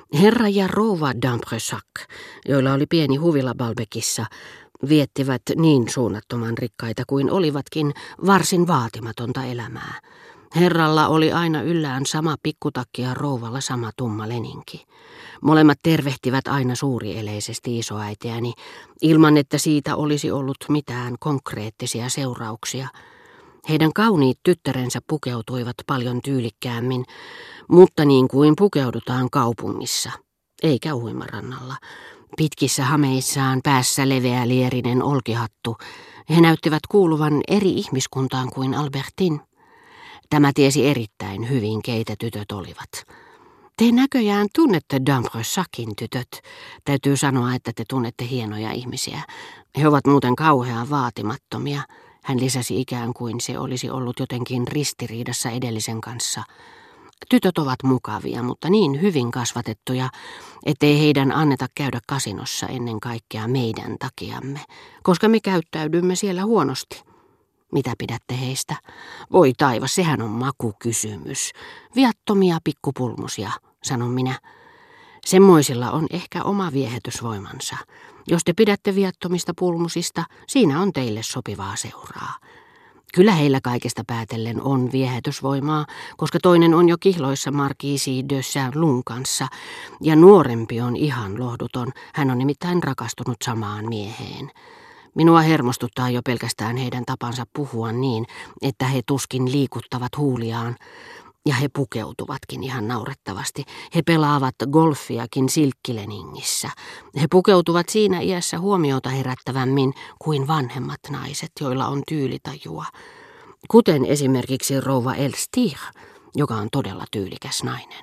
Herra ja rouva d'Ambressac, joilla oli pieni huvila Balbekissa, viettivät niin suunnattoman rikkaita kuin olivatkin varsin vaatimatonta elämää. Herralla oli aina yllään sama pikkutakki ja rouvalla sama tumma leninki. Molemmat tervehtivät aina suurieleisesti isoäitiäni, ilman että siitä olisi ollut mitään konkreettisia seurauksia. Heidän kauniit tyttärensä pukeutuivat paljon tyylikkäämmin, mutta niin kuin pukeudutaan kaupungissa, eikä uimarannalla. Pitkissä hameissaan päässä leveä lierinen olkihattu, he näyttivät kuuluvan eri ihmiskuntaan kuin Albertine. Tämä tiesi erittäin hyvin, keitä tytöt olivat. Te näköjään tunnette d'Ambressacin tytöt. Täytyy sanoa, että te tunnette hienoja ihmisiä. He ovat muuten kauhean vaatimattomia. Hän lisäsi ikään kuin se olisi ollut jotenkin ristiriidassa edellisen kanssa. Tytöt ovat mukavia, mutta niin hyvin kasvatettuja, ettei heidän anneta käydä kasinossa ennen kaikkea meidän takiamme, koska me käyttäydymme siellä huonosti. Mitä pidätte heistä? Voi taivas, sehän on makukysymys. Viattomia pikkupulmusia, sanon minä. Semmoisilla on ehkä oma viehätysvoimansa. Jos te pidätte viattomista pulmusista, siinä on teille sopivaa seuraa. Kyllä heillä kaikesta päätellen on viehätysvoimaa, koska toinen on jo kihloissa Marquise de Saint-Lun kanssa, ja nuorempi on ihan lohduton, hän on nimittäin rakastunut samaan mieheen. Minua hermostuttaa jo pelkästään heidän tapansa puhua niin, että he tuskin liikuttavat huuliaan, ja he pukeutuvatkin ihan naurettavasti. He pelaavat golfiakin silkkileningissä. He pukeutuvat siinä iässä huomiota herättävämmin kuin vanhemmat naiset, joilla on tyylitajua. Kuten esimerkiksi rouva Elstir, joka on todella tyylikäs nainen.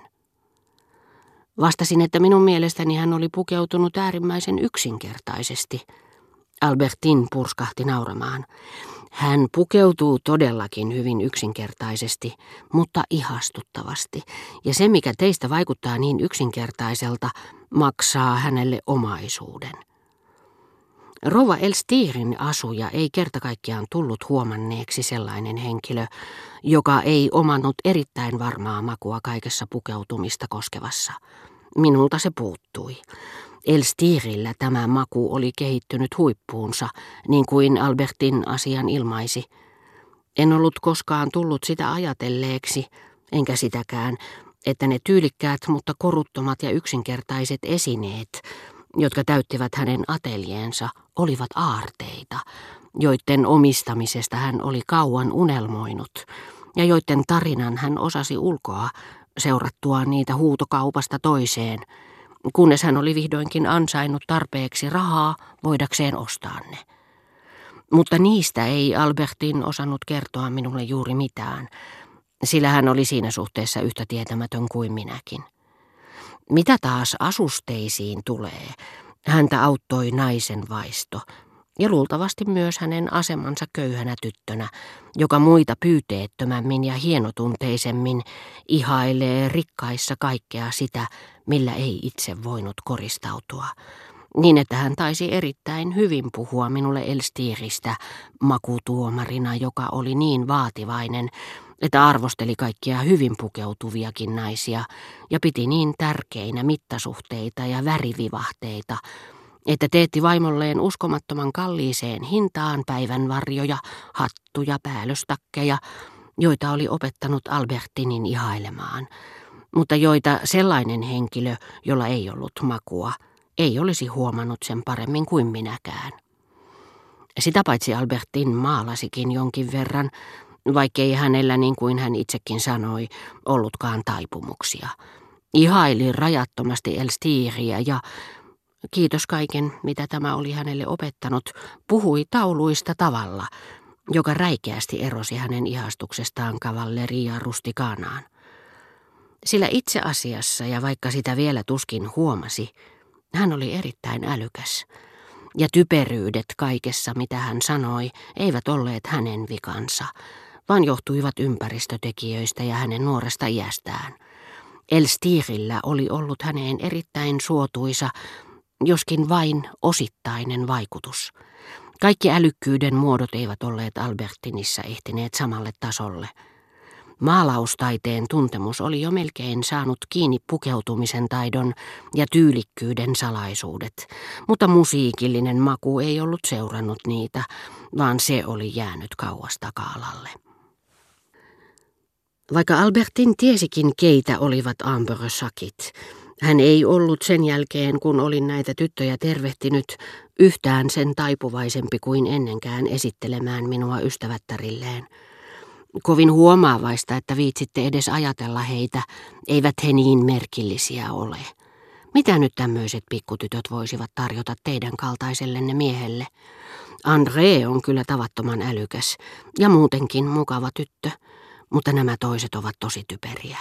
Vastasin, että minun mielestäni hän oli pukeutunut äärimmäisen yksinkertaisesti. Albertine purskahti nauramaan. Hän pukeutuu todellakin hyvin yksinkertaisesti, mutta ihastuttavasti, ja se mikä teistä vaikuttaa niin yksinkertaiselta, maksaa hänelle omaisuuden. Rouva Elstirin asuja ei kerta kaikkiaan tullut huomanneeksi sellainen henkilö, joka ei omannut erittäin varmaa makua kaikessa pukeutumista koskevassa. Minulta se puuttui. Elstirillä tämä maku oli kehittynyt huippuunsa, niin kuin Albertin asian ilmaisi. En ollut koskaan tullut sitä ajatelleeksi, enkä sitäkään, että ne tyylikkäät, mutta koruttomat ja yksinkertaiset esineet, jotka täyttivät hänen ateliensa, olivat aarteita, joiden omistamisesta hän oli kauan unelmoinut, ja joiden tarinan hän osasi ulkoa seurattuaan niitä huutokaupasta toiseen, kunnes hän oli vihdoinkin ansainnut tarpeeksi rahaa voidakseen ostaa ne. Mutta niistä ei Albertine osannut kertoa minulle juuri mitään, sillä hän oli siinä suhteessa yhtä tietämätön kuin minäkin. Mitä taas asusteisiin tulee, häntä auttoi naisen vaisto, ja luultavasti myös hänen asemansa köyhänä tyttönä, joka muita pyyteettömämmin ja hienotunteisemmin ihailee rikkaissa kaikkea sitä, millä ei itse voinut koristautua. Niin että hän taisi erittäin hyvin puhua minulle Elstiristä makutuomarina, joka oli niin vaativainen, että arvosteli kaikkia hyvin pukeutuviakin naisia ja piti niin tärkeinä mittasuhteita ja värivivahteita, että teetti vaimolleen uskomattoman kalliiseen hintaan päivänvarjoja, hattuja, päällystakkeja, joita oli opettanut Albertinin ihailemaan, mutta joita sellainen henkilö, jolla ei ollut makua, ei olisi huomannut sen paremmin kuin minäkään. Sitä paitsi Albertine maalasikin jonkin verran, vaikkei hänellä, niin kuin hän itsekin sanoi, ollutkaan taipumuksia. Ihaili rajattomasti Elstiria ja, kiitos kaiken, mitä tämä oli hänelle opettanut, puhui tauluista tavalla, joka räikeästi erosi hänen ihastuksestaan kavalleria rustikanaan. Sillä itse asiassa, ja vaikka sitä vielä tuskin huomasi, hän oli erittäin älykäs. Ja typeryydet kaikessa, mitä hän sanoi, eivät olleet hänen vikansa, vaan johtuivat ympäristötekijöistä ja hänen nuoresta iästään. Elstirillä oli ollut häneen erittäin suotuisa, joskin vain osittainen vaikutus. Kaikki älykkyyden muodot eivät olleet Albertinissa ehtineet samalle tasolle. Maalaustaiteen tuntemus oli jo melkein saanut kiinni pukeutumisen taidon ja tyylikkyyden salaisuudet, mutta musiikillinen maku ei ollut seurannut niitä, vaan se oli jäänyt kauas taka-alalle. Vaikka Albertine tiesikin, keitä olivat Ambroisakit, hän ei ollut sen jälkeen, kun olin näitä tyttöjä tervehtinyt, yhtään sen taipuvaisempi kuin ennenkään esittelemään minua ystävättärilleen. Kovin huomaavaista, että viitsitte edes ajatella heitä, eivät he niin merkillisiä ole. Mitä nyt tämmöiset pikkutytöt voisivat tarjota teidän kaltaisellenne miehelle? André on kyllä tavattoman älykäs ja muutenkin mukava tyttö, mutta nämä toiset ovat tosi typeriä.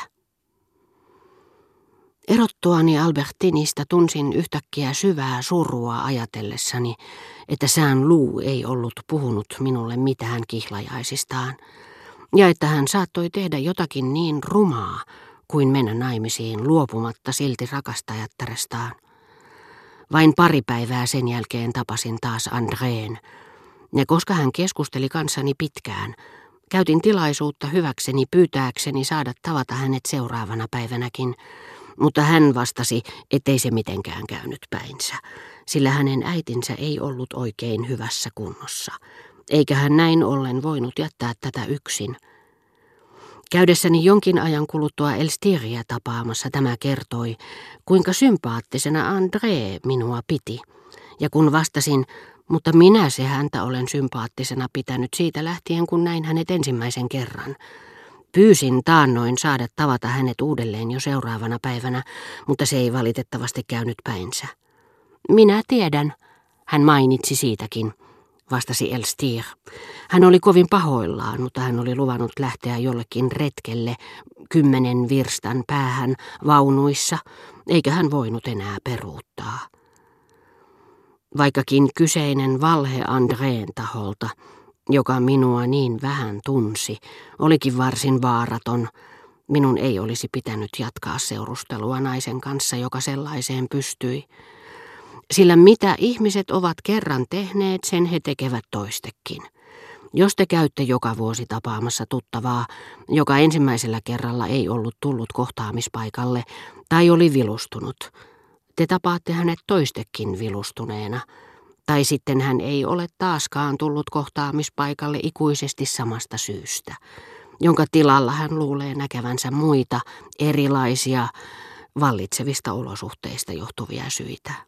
Erottuani Albertinista tunsin yhtäkkiä syvää surua ajatellessani, että Saint-Loup ei ollut puhunut minulle mitään kihlajaisistaan, ja että hän saattoi tehdä jotakin niin rumaa kuin mennä naimisiin luopumatta silti rakastajattarestaan. Vain pari päivää sen jälkeen tapasin taas Andreen, ja koska hän keskusteli kanssani pitkään, käytin tilaisuutta hyväkseni pyytääkseni saada tavata hänet seuraavana päivänäkin, mutta hän vastasi, ettei se mitenkään käynyt päinsä, sillä hänen äitinsä ei ollut oikein hyvässä kunnossa, eikä hän näin ollen voinut jättää tätä yksin. Käydessäni jonkin ajan kuluttua Elstiriä tapaamassa tämä kertoi, kuinka sympaattisena André minua piti, ja kun vastasin, mutta minä se häntä olen sympaattisena pitänyt siitä lähtien, kun näin hänet ensimmäisen kerran. Pyysin taannoin saada tavata hänet uudelleen jo seuraavana päivänä, mutta se ei valitettavasti käynyt päinsä. Minä tiedän, hän mainitsi siitäkin, vastasi Elstir. Hän oli kovin pahoillaan, mutta hän oli luvannut lähteä jollekin retkelle 10 virstan päähän vaunuissa, eikä hän voinut enää peruuttaa. Vaikkakin kyseinen valhe Andreen taholta, joka minua niin vähän tunsi, olikin varsin vaaraton, minun ei olisi pitänyt jatkaa seurustelua naisen kanssa, joka sellaiseen pystyi. Sillä mitä ihmiset ovat kerran tehneet, sen he tekevät toistekin. Jos te käytte joka vuosi tapaamassa tuttavaa, joka ensimmäisellä kerralla ei ollut tullut kohtaamispaikalle tai oli vilustunut, te tapaatte hänet toistekin vilustuneena, tai sitten hän ei ole taaskaan tullut kohtaamispaikalle ikuisesti samasta syystä, jonka tilalla hän luulee näkevänsä muita erilaisia vallitsevista olosuhteista johtuvia syitä.